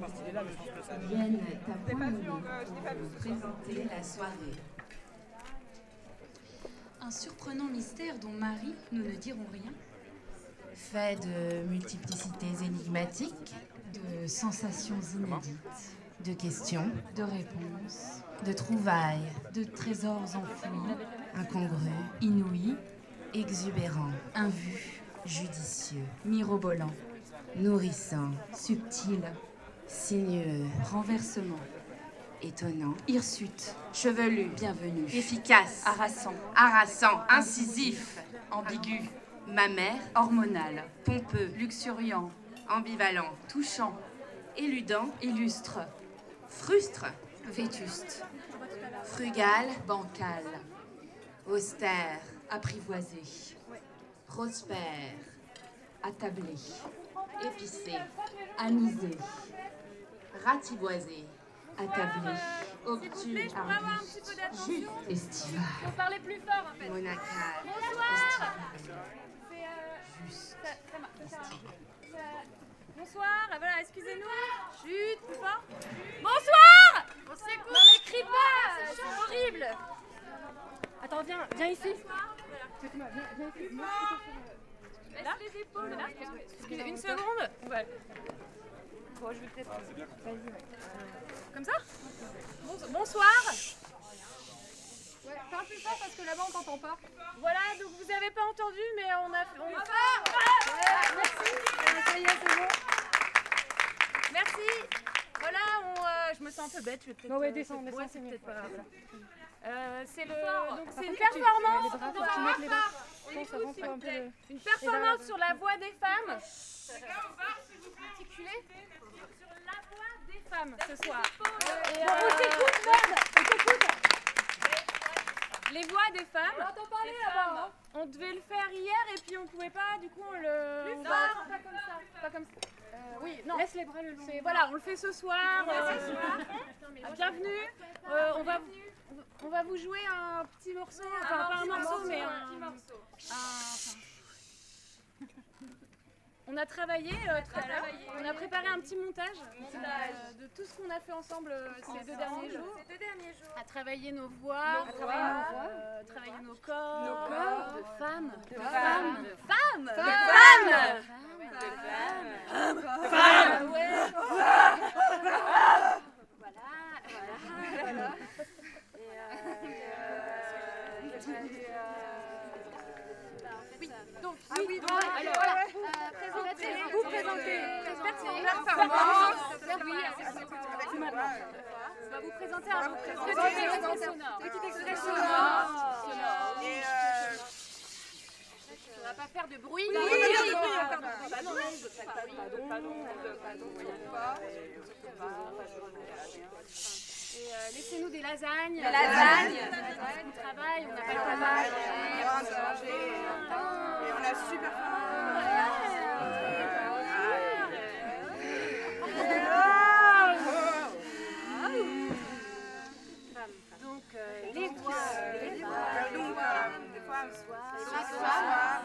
Vienne t'apprendre pour présenter la soirée. Un surprenant mystère dont Marie, nous ne dirons rien. Fait de multiplicités énigmatiques, De sensations inédites, de questions, de réponses, de trouvailles, de trésors enfouis, incongrus, inouïs, exubérants, invus, judicieux, mirobolants, nourrissants, subtils, sinueux, renversements, étonnants, hirsutes, chevelus, bienvenus, efficaces, harassants, harassants, incisifs, ambigus, mammaires, hormonal, pompeux, luxuriant, ambivalents, touchant, éludants, illustre, frustres, vétuste, frugal, bancal, austère, apprivoisé, prospère, attablé, épicé, anisé, ratiboisé, attablé, obtus, arbuste, juste, estival, Faut parler plus fort en fait. monacal, Bonsoir. juste, Bonsoir, voilà, excusez-nous. Chut, plus fort. Bonsoir. On s'écoute. Non mais crie pas, c'est horrible. Attends, viens ici. Viens ici. Laisse les épaules. Là. Excusez, une seconde. Ouais. Bon, je vais peut-être. Vas-y, ouais. Comme ça. Bonsoir. Ouais, parle plus fort parce que là-bas on t'entend pas. Voilà, donc vous avez pas entendu, mais on a. Ouais, merci. Ça y est, c'est bon. Merci. Voilà, je me sens un peu bête. Je vais peut-être. Ouais, descends, ouais, c'est mieux. peut-être pas grave. C'est donc c'est une performance. Une performance sur la voix des femmes. Articulée sur la voix des femmes ce soir. On t'écoute, Fred. On t'écoute. Les voix des femmes. On entend parler là-bas. On devait le faire hier et puis on pouvait pas. Du coup, on le. Non, pas comme ça. Pas comme ça. Oui, non. Laisse les bras le long. Voilà, on le fait ce soir. Bienvenue. On va vous jouer un petit morceau. Enfin, pas un morceau, mais un petit morceau. On a travaillé tout à l'heure. On a préparé un petit montage de tout ce qu'on a fait ensemble ces deux derniers jours. À travailler nos voix, travailler nos corps, de femmes. Voilà. Alors voilà, vous présentez performance. On va vous présenter un petit extrait sonore. On va pas faire de bruit. Et laissez-nous des lasagnes. On travaille, on n'a pas le travail. Et on a super Donc les voix des femmes. Ce soir,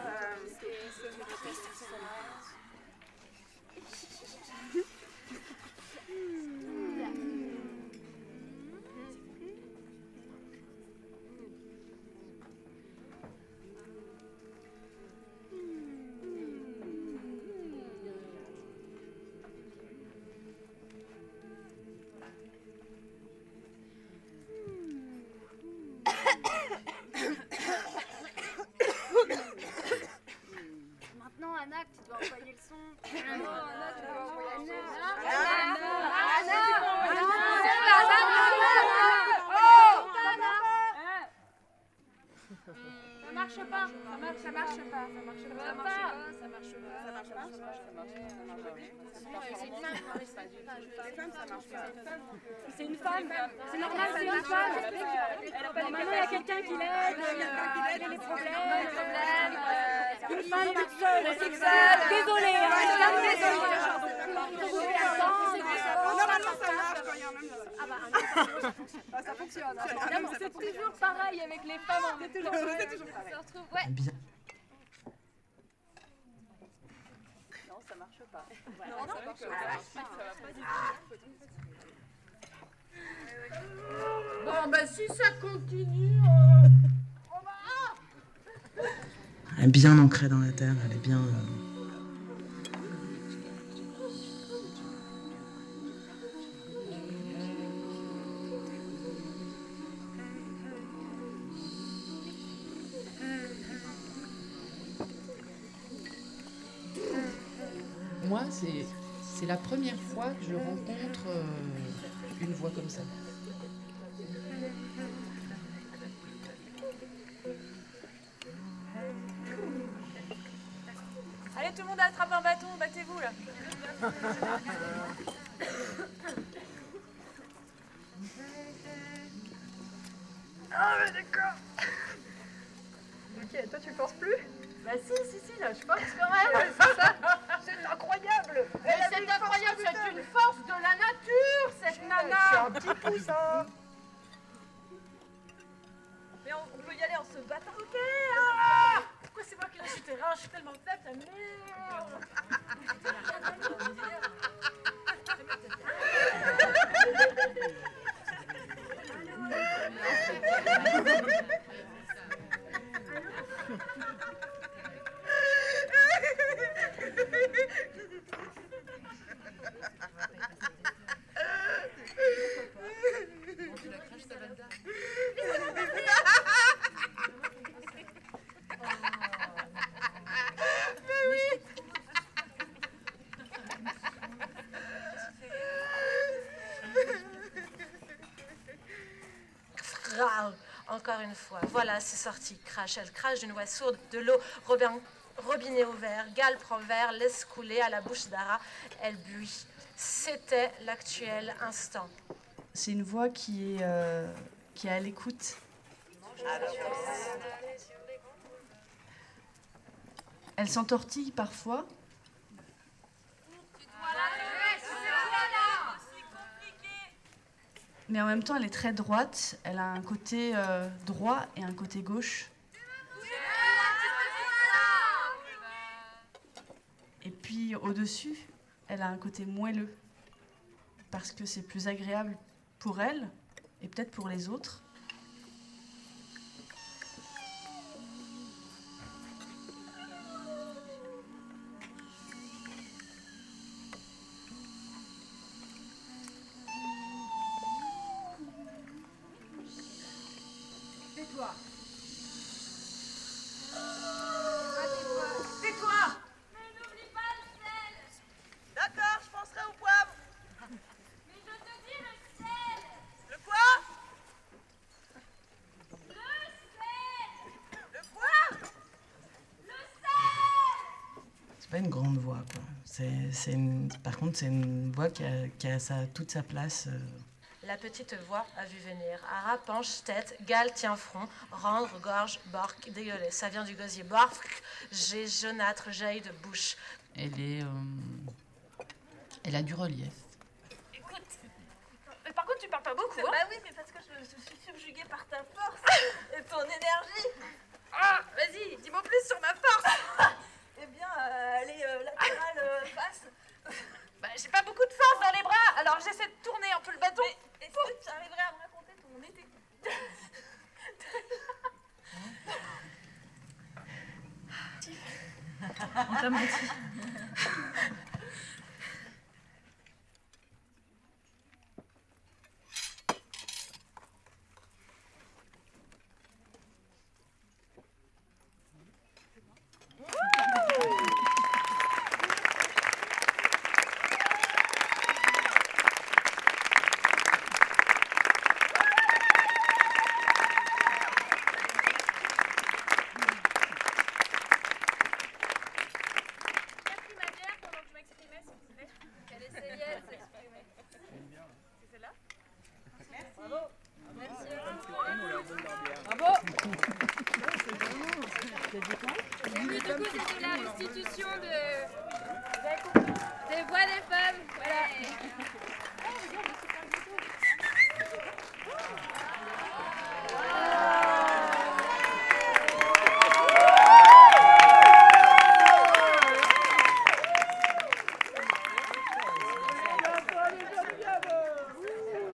maintenant, Anna, tu dois envoyer le son. Ça marche pas. C'est une femme. C'est normal, c'est une femme. Maintenant, il y a quelqu'un qui l'aide. Il y a des problèmes. Une femme toute seule. Désolée. normalement ça marche quand il y a un homme. Ça fonctionne. C'est toujours pareil avec les femmes. C'est toujours pareil. Ouais. Bien. Non, ça marche pas. Non, ça va pas du tout. Bon, ben si ça continue... Elle est bien ancrée dans la terre, elle est bien... Moi, c'est la première fois que je rencontre une voix comme ça. Allez, tout le monde attrape un bâton, battez-vous là. Ah, mais d'accord. Ok, toi tu le penses plus? Bah si, là, je pense quand même. C'est ça. C'est incroyable. Mais c'est incroyable, c'est une force de la nature, cette nana. Je suis un petit poussin. Mais on peut y aller en se battant. Ok, ah pourquoi c'est moi qui lâche tes reins? Je suis tellement faible, ta merde. Encore une fois, voilà, c'est sorti, crache, elle crache d'une voix sourde, de l'eau, robinet ouvert, Gale prend verre, laisse couler à la bouche d'Ara, elle buit. C'était l'actuel instant. C'est une voix qui est à l'écoute. Elle s'entortille parfois. Mais en même temps, elle est très droite. Elle a un côté droit et un côté gauche. Et puis au-dessus, elle a un côté moelleux. Parce que c'est plus agréable pour elle et peut-être pour les autres. Tais-toi. Mais n'oublie pas le sel. D'accord, je penserai au poivre. Mais je te dis le sel. Le quoi? Le sel. Le quoi? Le sel. C'est pas une grande voix, quoi. Par contre, c'est une voix qui a toute sa place. La petite voix a vu venir. Ara penche tête, Gale tient front, rendre, gorge, bork, dégueuler. Ça vient du gosier. Bork, j'ai jaunâtre, jaillit de bouche. Elle a du relief. Écoute. Mais par contre, tu parles pas beaucoup. Hein? Bah oui, mais parce que je suis subjuguée par ta force et ton énergie. Ah, vas-y, dis-moi plus sur ma force. Eh bien, elle est latérale face. Bah, j'ai pas beaucoup de force dans les bras, alors j'essaie de tourner un peu le bâton. Mais est-ce que tu arriverais à me raconter ton été? On t'a menti. Oui, du coup, c'était la restitution des voix des femmes. Voilà.